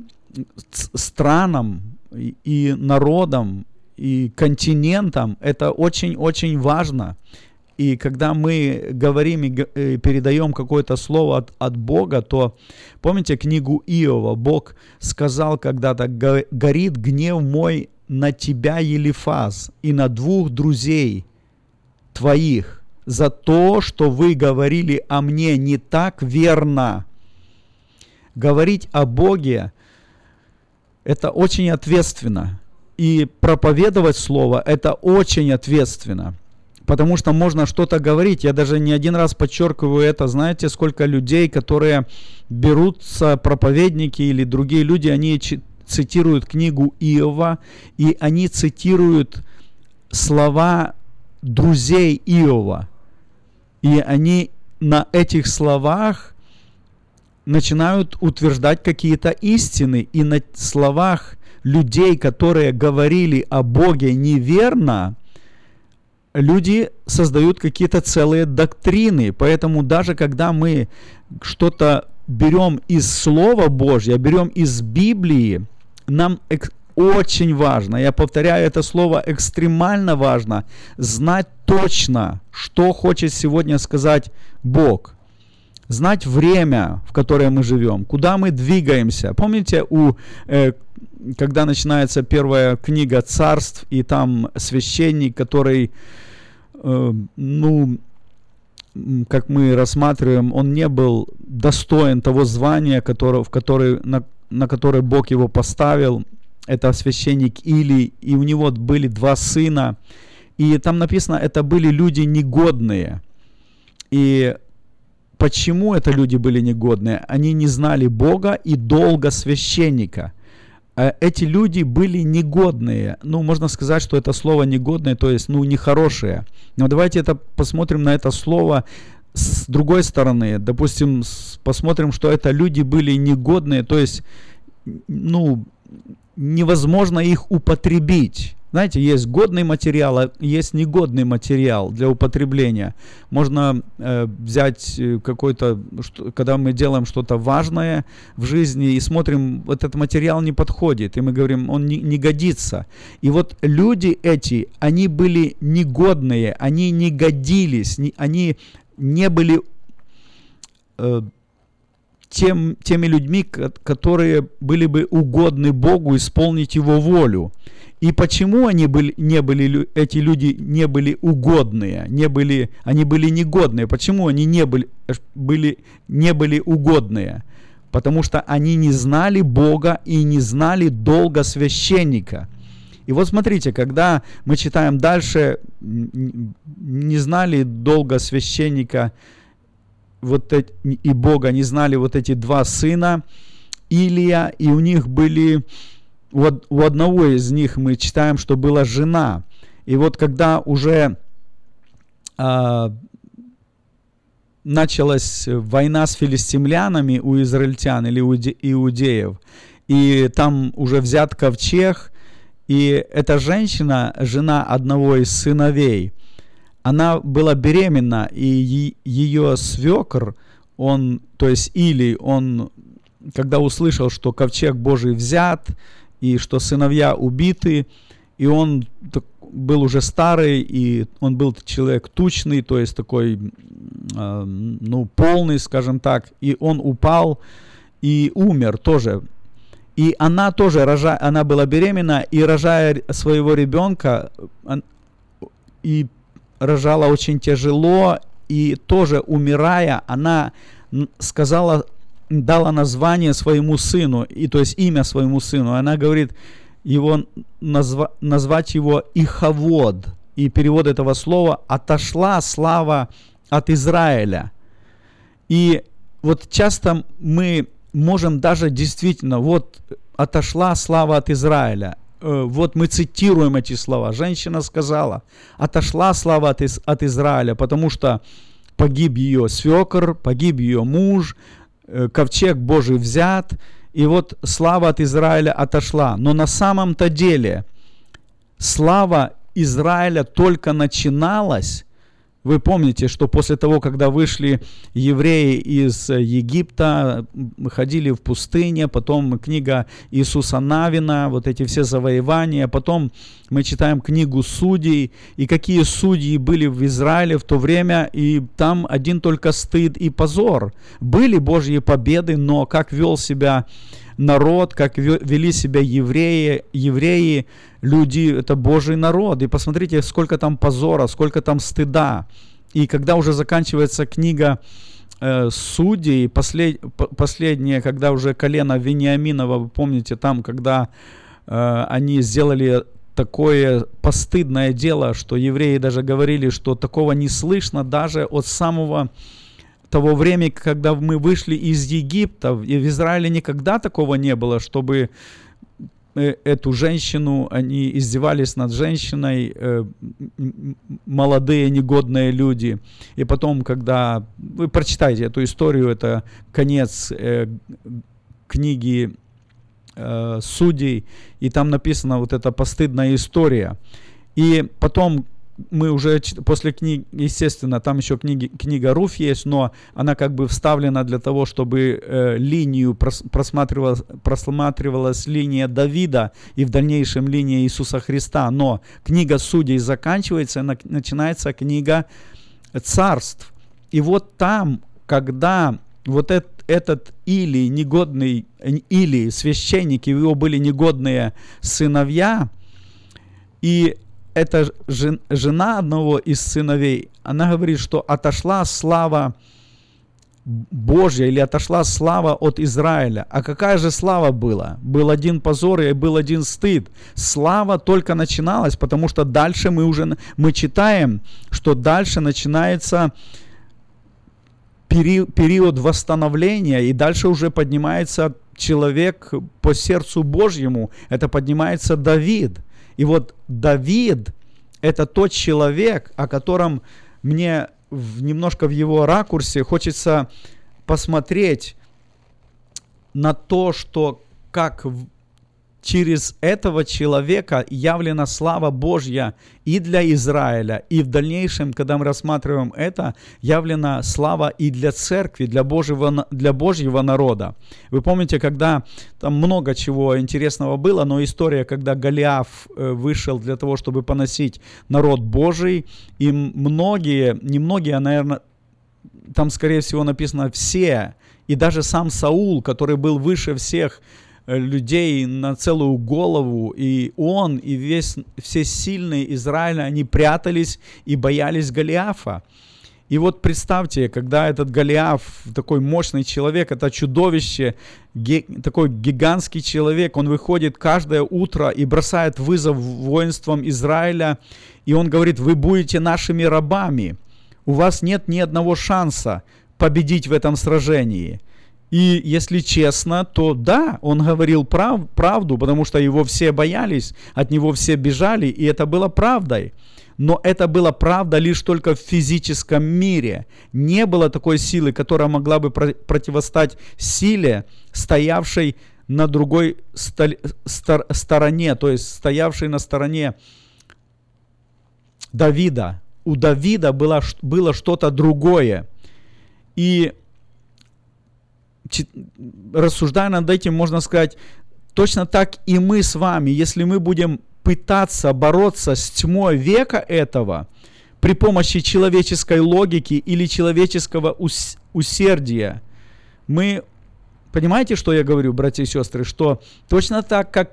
странам и народам и континентам, это очень-очень важно. И когда мы говорим и передаем какое-то слово от, от Бога, то помните книгу Иова? Бог сказал когда-то: «Горит гнев мой на тебя, Елифаз, и на двух друзей твоих, за то, что вы говорили о мне не так верно». Говорить о Боге – это очень ответственно. И проповедовать Слово – это очень ответственно. Потому что можно что-то говорить. Я даже не один раз подчеркиваю это. Знаете, сколько людей, которые берутся, проповедники или другие люди, они цитируют книгу Иова, и они цитируют слова друзей Иова. И они на этих словах начинают утверждать какие-то истины. И на словах людей, которые говорили о Боге неверно, люди создают какие-то целые доктрины. Поэтому даже когда мы что-то берем из Слова Божьего, берем из Библии, нам эк- очень важно, я повторяю это слово, экстремально важно, знать точно, что хочет сегодня сказать Бог. Знать время, в которое мы живем, куда мы двигаемся. Помните, у, э, когда начинается первая книга Царств, и там священник, который, э, ну, как мы рассматриваем, он не был достоин того звания, которое, в который, на, на которое Бог его поставил. Это священник Илий, и у него были два сына. И там написано, это были люди негодные. И почему это люди были негодные? Они не знали Бога и долга священника. Эти люди были негодные. Ну, можно сказать, что это слово негодное, то есть, ну, нехорошее. Но давайте это посмотрим на это слово с другой стороны. Допустим, посмотрим, что это люди были негодные, то есть, ну, невозможно их употребить. Знаете, есть годный материал, а есть негодный материал для употребления. Можно э, взять какой-то, что, когда мы делаем что-то важное в жизни и смотрим, вот этот материал не подходит, и мы говорим, он не, не годится. И вот люди эти, они были негодные, они не годились, не, они не были э, тем, теми людьми, которые были бы угодны Богу исполнить Его волю. И почему они были, не были, эти люди не были угодные, не были, они были негодные? Почему они не были, были, не были угодные? Потому что они не знали Бога и не знали долга священника. И вот смотрите, когда мы читаем дальше, не знали долга священника вот эти, и Бога, не знали вот эти два сына Илия, и у них были... Вот у одного из них мы читаем, что была жена. И вот когда уже а, началась война с филистимлянами у израильтян или у иудеев, и там уже взят ковчег, и эта женщина, жена одного из сыновей, она была беременна, и ее свекр, он, то есть Илий, он когда услышал, что ковчег Божий взят, и что сыновья убиты, и он был уже старый, и он был человек тучный, то есть такой, э, ну, полный, скажем так, и он упал и умер тоже. И она тоже, рожа, она была беременна, и рожая своего ребенка, он, и рожала очень тяжело, и тоже умирая, она сказала, дала название своему сыну, и то есть имя своему сыну. Она говорит, его назва, назвать его Ихавод. И перевод этого слова «отошла слава от Израиля». И вот часто мы можем даже действительно, вот отошла слава от Израиля. Вот мы цитируем эти слова. Женщина сказала, отошла слава от, из, от Израиля, потому что погиб ее свекор, погиб ее муж, ковчег Божий взят, и вот слава от Израиля отошла. Но на самом-то деле слава Израиля только начиналась. Вы помните, что после того, когда вышли евреи из Египта, ходили в пустыне, потом книга Иисуса Навина, вот эти все завоевания, потом мы читаем книгу Судей, и какие судьи были в Израиле в то время, и там один только стыд и позор. Были Божьи победы, но как вел себя народ, как вели себя евреи, евреи, люди, это Божий народ. И посмотрите, сколько там позора, сколько там стыда. И когда уже заканчивается книга э, Судей, послед, последняя, когда уже колено Вениаминова, вы помните, там, когда э, они сделали такое постыдное дело, что евреи даже говорили, что такого не слышно даже от самого того времени, когда мы вышли из Египта. И в Израиле никогда такого не было, чтобы эту женщину, они издевались над женщиной, э, молодые негодные люди. И потом, когда вы прочитаете эту историю, это конец э, книги э, Судей, и там написана вот эта постыдная история. И потом мы уже после книг, естественно, там еще книги, книга Руфь есть, но она как бы вставлена для того, чтобы э, линию прос, просматривалась, просматривалась линия Давида и в дальнейшем линия Иисуса Христа. Но книга Судей заканчивается, на, начинается книга Царств. И вот там, когда вот этот, этот Илий, негодный, Илий, священник, и его были негодные сыновья, и эта жена одного из сыновей, она говорит, что отошла слава Божья или отошла слава от Израиля. А какая же слава была? Был один позор и был один стыд. Слава только начиналась, потому что дальше мы уже мы читаем, что дальше начинается период, период восстановления, и дальше уже поднимается человек по сердцу Божьему. Это поднимается Давид. И вот Давид – это тот человек, о котором мне в, немножко в его ракурсе хочется посмотреть на то, что как в, через этого человека явлена слава Божья и для Израиля, и в дальнейшем, когда мы рассматриваем это, явлена слава и для церкви, для Божьего, для Божьего народа. Вы помните, когда там много чего интересного было, но история, когда Голиаф вышел для того, чтобы поносить народ Божий, и многие, не многие, а, наверное, там, скорее всего, написано все, и даже сам Саул, который был выше всех людей на целую голову, и он, и весь, все сильные Израиля, они прятались и боялись Голиафа. И вот представьте, когда этот Голиаф, такой мощный человек, это чудовище, ге, такой гигантский человек, он выходит каждое утро и бросает вызов воинствам Израиля, и он говорит: вы будете нашими рабами, у вас нет ни одного шанса победить в этом сражении. И если честно, то да, он говорил прав, правду, потому что его все боялись, от него все бежали, и это было правдой. Но это была правда лишь только в физическом мире. Не было такой силы, которая могла бы про- противостать силе, стоявшей на другой столь, стор- стороне, то есть стоявшей на стороне Давида. У Давида было, было что-то другое. И рассуждая над этим, можно сказать, точно так и мы с вами, если мы будем пытаться бороться с тьмой века этого при помощи человеческой логики или человеческого ус- усердия, мы, понимаете, что я говорю, братья и сестры, что точно так, как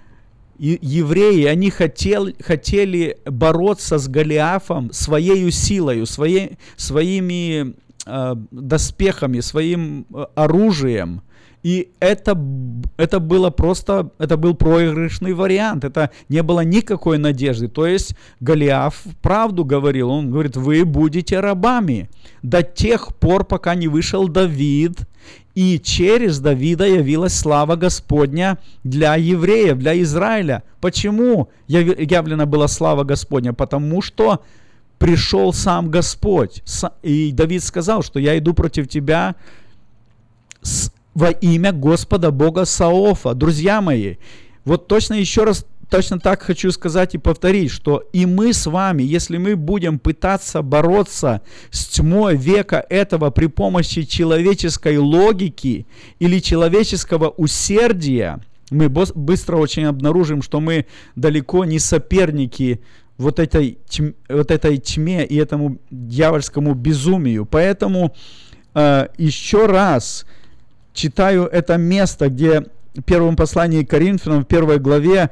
евреи, они хотел, хотели бороться с Голиафом своей силой, своей, своими э, доспехами, своим э, оружием. И это, это было просто, это был проигрышный вариант, это не было никакой надежды. То есть Голиаф правду говорил, он говорит, вы будете рабами до тех пор, пока не вышел Давид, и через Давида явилась слава Господня для евреев, для Израиля. Почему явлена была слава Господня? Потому что пришел сам Господь. И Давид сказал, что я иду против тебя с во имя Господа Бога Саофа. Друзья мои, вот точно еще раз, точно так хочу сказать и повторить, что и мы с вами, если мы будем пытаться бороться с тьмой века этого при помощи человеческой логики или человеческого усердия, мы быстро очень обнаружим, что мы далеко не соперники вот этой, тьме, вот этой тьме и этому дьявольскому безумию. Поэтому э, еще раз читаю это место, где в первом послании к Коринфянам, в первой главе,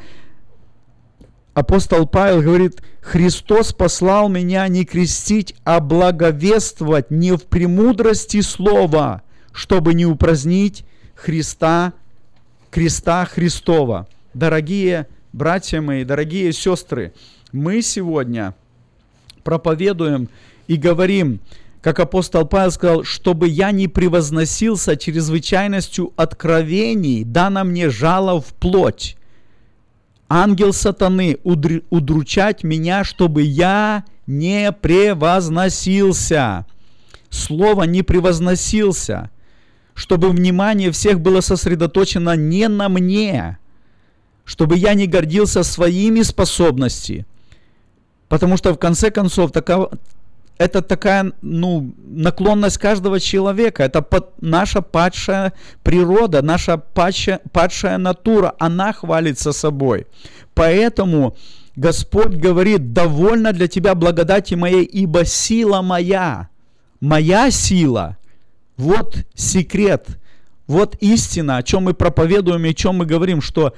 апостол Павел говорит, «Христос послал меня не крестить, а благовествовать не в премудрости слова, чтобы не упразднить Христа, креста Христова». Дорогие братья мои, дорогие сестры, мы сегодня проповедуем и говорим, как апостол Павел сказал, чтобы я не превозносился чрезвычайностью откровений, дано мне жало в плоть. Ангел сатаны удручать меня, чтобы я не превозносился. Слово не превозносился, чтобы внимание всех было сосредоточено не на мне, чтобы я не гордился своими способностями, потому что в конце концов такова это такая, ну, наклонность каждого человека, это под, наша падшая природа, наша падшая, падшая натура, она хвалится собой. Поэтому Господь говорит, довольно для тебя благодати моей, ибо сила моя, моя сила, вот секрет, вот истина, о чем мы проповедуем и о чем мы говорим, что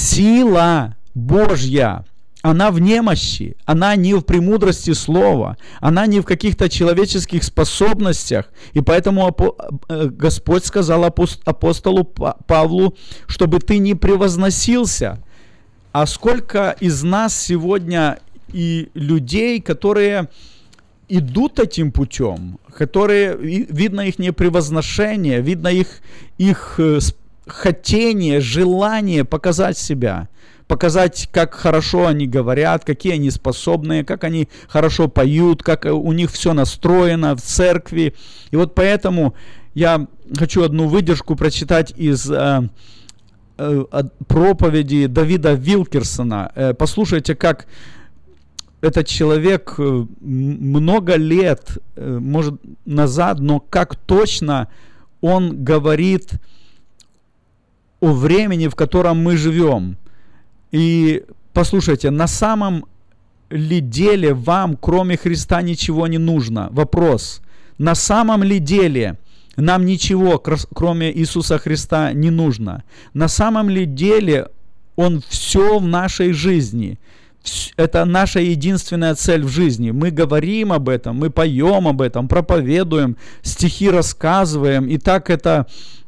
сила Божья, она в немощи, она не в премудрости слова, она не в каких-то человеческих способностях. И поэтому Господь сказал апостолу Павлу, чтобы ты не превозносился. А сколько из нас сегодня и людей, которые идут этим путем, которые, видно их непревозношение, видно их, их хотение, желание показать себя, показать, как хорошо они говорят, какие они способные, как они хорошо поют, как у них все настроено в церкви. И вот поэтому я хочу одну выдержку прочитать из э, э, проповеди Давида Вилкерсона. Э, послушайте, как этот человек много лет, э, может, назад, но как точно он говорит о времени, в котором мы живем. И послушайте, на самом ли деле вам, кроме Христа, ничего не нужно? Вопрос. На самом ли деле нам ничего, кроме Иисуса Христа, не нужно? На самом ли деле Он все в нашей жизни? Это наша единственная цель в жизни. Мы говорим об этом, мы поем об этом, проповедуем, стихи рассказываем. И так это...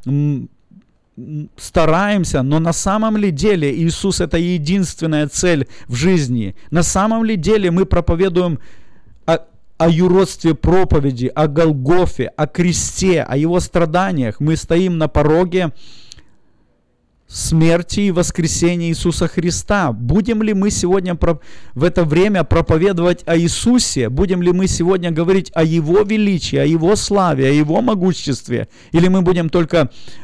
стараемся, но на самом ли деле Иисус это единственная цель в жизни? На самом ли деле мы проповедуем о, о юродстве проповеди, о Голгофе, о кресте, о Его страданиях? Мы стоим на пороге смерти и воскресения Иисуса Христа. Будем ли мы сегодня в это время проповедовать о Иисусе? Будем ли мы сегодня говорить о Его величии, о Его славе, о Его могуществе? Или мы будем только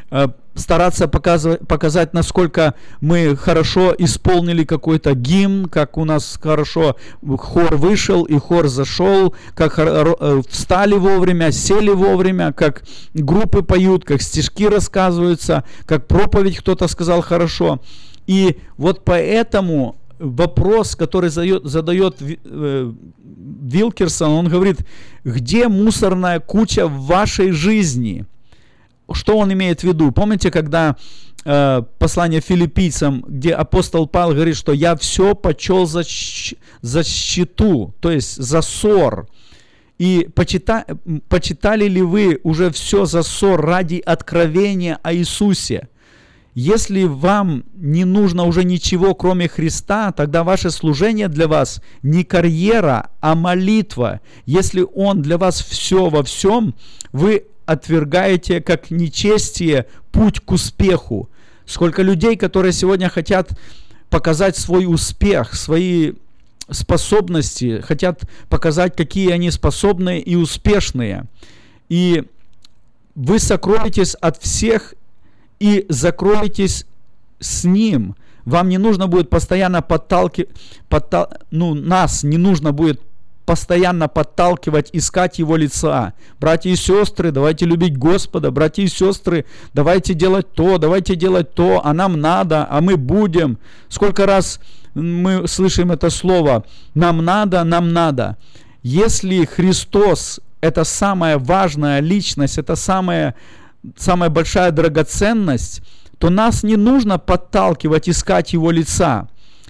стараться показывать, показать, насколько мы хорошо исполнили какой-то гимн, как у нас хорошо хор вышел и хор зашел, как встали вовремя, сели вовремя, как группы поют, как стишки рассказываются, как проповедь кто-то сказал хорошо. И вот поэтому вопрос, который задает, задает э, Вилкерсон, он говорит, где мусорная куча в вашей жизни? Что он имеет в виду? Помните, когда э, послание филиппийцам, где апостол Павел говорит, что я все почел за, за счету, то есть за ссор. И почита, почитали ли вы уже все за ссор ради откровения о Иисусе? Если вам не нужно уже ничего, кроме Христа, тогда ваше служение для вас не карьера, а молитва. Если Он для вас все во всем, вы отвергаете как нечестие путь к успеху. Сколько людей, которые сегодня хотят показать свой успех, свои способности, хотят показать, какие они способные и успешные. И вы сокроетесь от всех и закроетесь с Ним. Вам не нужно будет постоянно подталкивать, подтал... ну, нас не нужно будет постоянно подталкивать, искать Его лица. Братья и сестры, давайте любить Господа. Братья и сестры, давайте делать то, давайте делать то, а нам надо, а мы будем. Сколько раз мы слышим это слово «нам надо, нам надо». Если Христос – это самая важная личность, это самая самая большая драгоценность, то нас не нужно подталкивать, искать Его лица.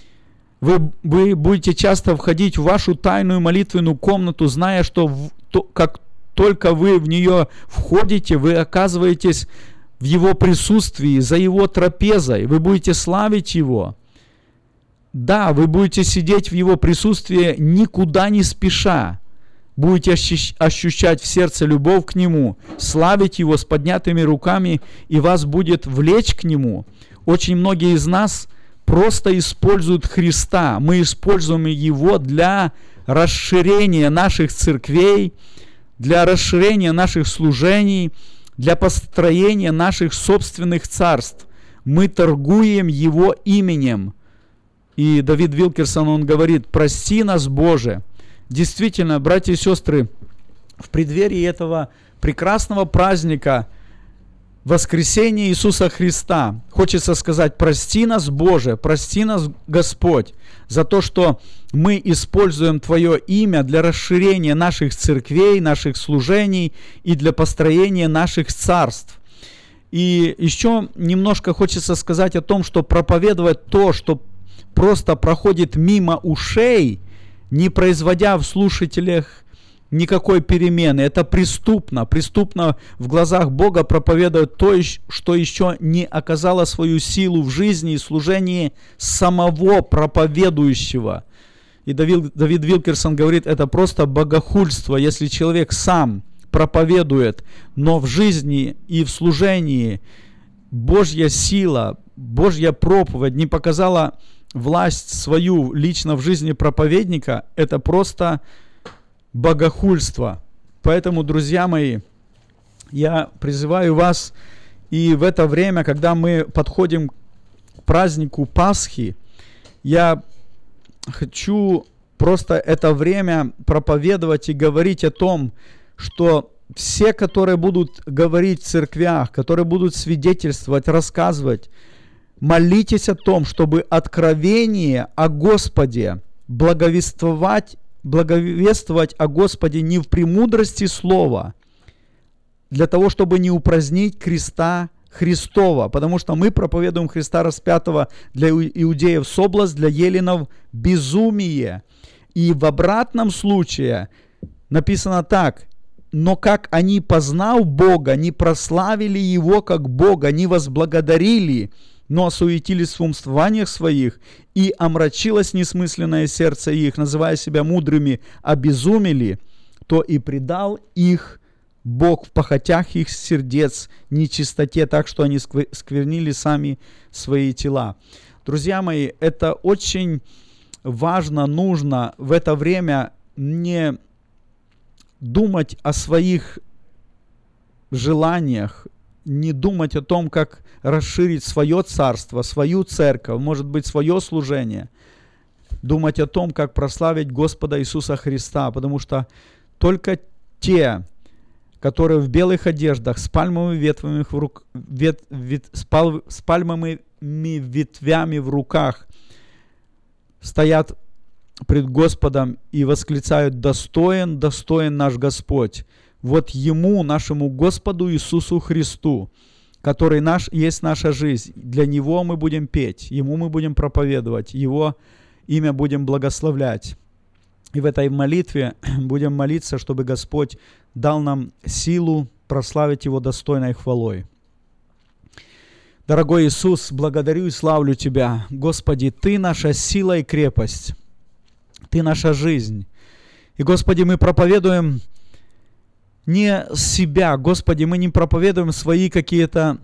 Вы, вы будете часто входить в вашу тайную молитвенную комнату, зная, что в, то, как только вы в нее входите, вы оказываетесь в Его присутствии, за Его трапезой, вы будете славить Его. Да, вы будете сидеть в Его присутствии никуда не спеша. Будете ощущать в сердце любовь к Нему, славить Его с поднятыми руками, и вас будет влечь к Нему. Очень многие из нас просто используют Христа. Мы используем Его для расширения наших церквей, для расширения наших служений, для построения наших собственных царств. Мы торгуем Его именем. И Давид Вилкерсон, он говорит: «Прости нас, Боже». Действительно, братья и сестры, в преддверии этого прекрасного праздника воскресения Иисуса Христа хочется сказать: прости нас, Боже, прости нас, Господь, за то, что мы используем Твое имя для расширения наших церквей, наших служений и для построения наших царств. И еще немножко хочется сказать о том, что проповедовать то, что просто проходит мимо ушей, не производя в слушателях никакой перемены. Это преступно. Преступно в глазах Бога проповедовать то, что еще не оказало свою силу в жизни и служении самого проповедующего. И Давид, Давид Вилкерсон говорит, это просто богохульство, если человек сам проповедует, но в жизни и в служении Божья сила, Божья проповедь не показала власть свою лично в жизни проповедника, это просто богохульство. Поэтому, друзья мои, я призываю вас и в это время, когда мы подходим к празднику Пасхи, я хочу просто это время проповедовать и говорить о том, что все, которые будут говорить в церквях, которые будут свидетельствовать, рассказывать, молитесь о том, чтобы откровение о Господе, благовествовать, благовествовать о Господе не в премудрости слова, для того, чтобы не упразднить креста Христова, потому что мы проповедуем Христа распятого для иудеев соблазн, для еленов безумие. И в обратном случае написано так: но как они, познав Бога, не прославили Его как Бога, не возблагодарили, но осуетились в умствованиях своих, и омрачилось несмысленное сердце их, называя себя мудрыми, обезумели, то и предал их Бог в похотях их сердец, нечистоте, так что они сквернили сами свои тела. Друзья мои, это очень важно, нужно в это время не думать о своих желаниях, не думать о том, как расширить свое царство, свою церковь, может быть, свое служение. Думать о том, как прославить Господа Иисуса Христа, потому что только те, которые в белых одеждах, с пальмовыми ветвями в, рук, вет, вет, с, пал, с пальмовыми ветвями в руках, стоят пред Господом и восклицают: «Достоин, достоин наш Господь». Вот Ему, нашему Господу Иисусу Христу, который наш, есть наша жизнь. Для Него мы будем петь, Ему мы будем проповедовать, Его имя будем благословлять. И в этой молитве будем молиться, чтобы Господь дал нам силу прославить Его достойной хвалой. Дорогой Иисус, благодарю и славлю Тебя. Господи, Ты наша сила и крепость. Ты наша жизнь. И, Господи, мы проповедуем не себя, Господи, мы не проповедуем свои какие-то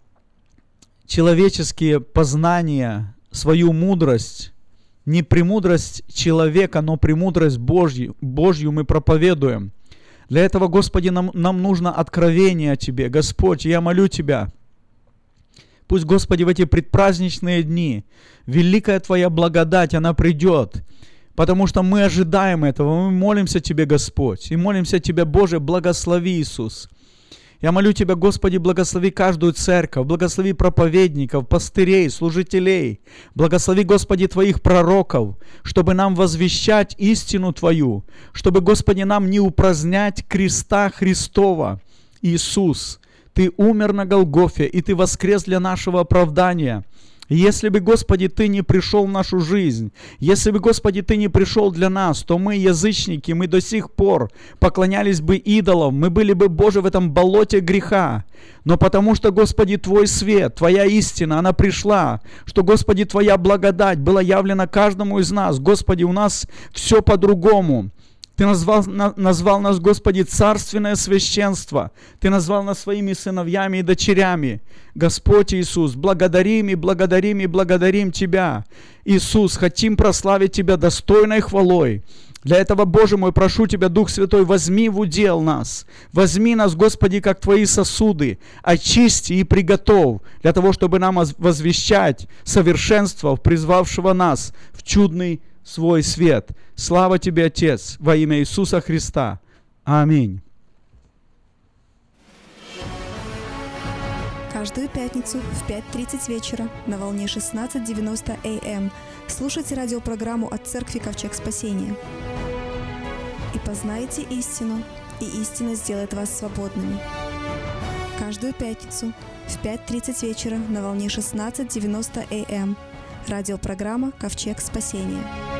человеческие познания, свою мудрость. Не премудрость человека, но премудрость Божью, Божью мы проповедуем. Для этого, Господи, нам, нам нужно откровение о Тебе. Господь, я молю Тебя, пусть, Господи, в эти предпраздничные дни великая Твоя благодать, она придет, потому что мы ожидаем этого. Мы молимся Тебе, Господь, и молимся Тебе, Боже, благослови, Иисус. Я молю Тебя, Господи, благослови каждую церковь, благослови проповедников, пастырей, служителей. Благослови, Господи, Твоих пророков, чтобы нам возвещать истину Твою, чтобы, Господи, нам не упразднять креста Христова. Иисус, Ты умер на Голгофе, и Ты воскрес для нашего оправдания. Если бы, Господи, Ты не пришел в нашу жизнь, если бы, Господи, Ты не пришел для нас, то мы, язычники, мы до сих пор поклонялись бы идолам, мы были бы, Боже, в этом болоте греха. Но потому что, Господи, Твой свет, Твоя истина, она пришла, что, Господи, Твоя благодать была явлена каждому из нас. Господи, у нас все по-другому. Ты назвал, на, назвал нас, Господи, царственное священство. Ты назвал нас своими сыновьями и дочерями. Господь Иисус, благодарим и благодарим и благодарим Тебя. Иисус, хотим прославить Тебя достойной хвалой. Для этого, Боже мой, прошу Тебя, Дух Святой, возьми в удел нас. Возьми нас, Господи, как Твои сосуды. Очисти и приготовь для того, чтобы нам возвещать совершенство, призвавшего нас в чудный свой свет. Слава Тебе, Отец, во имя Иисуса Христа. Аминь. Каждую пятницу в пять тридцать вечера на волне шестнадцать девяносто эй эм слушайте радиопрограмму от Церкви Ковчег Спасения. И познайте истину, и истина сделает вас свободными. Каждую пятницу в пять тридцать вечера на волне шестнадцать девяносто эй эм радиопрограмма «Ковчег Спасения».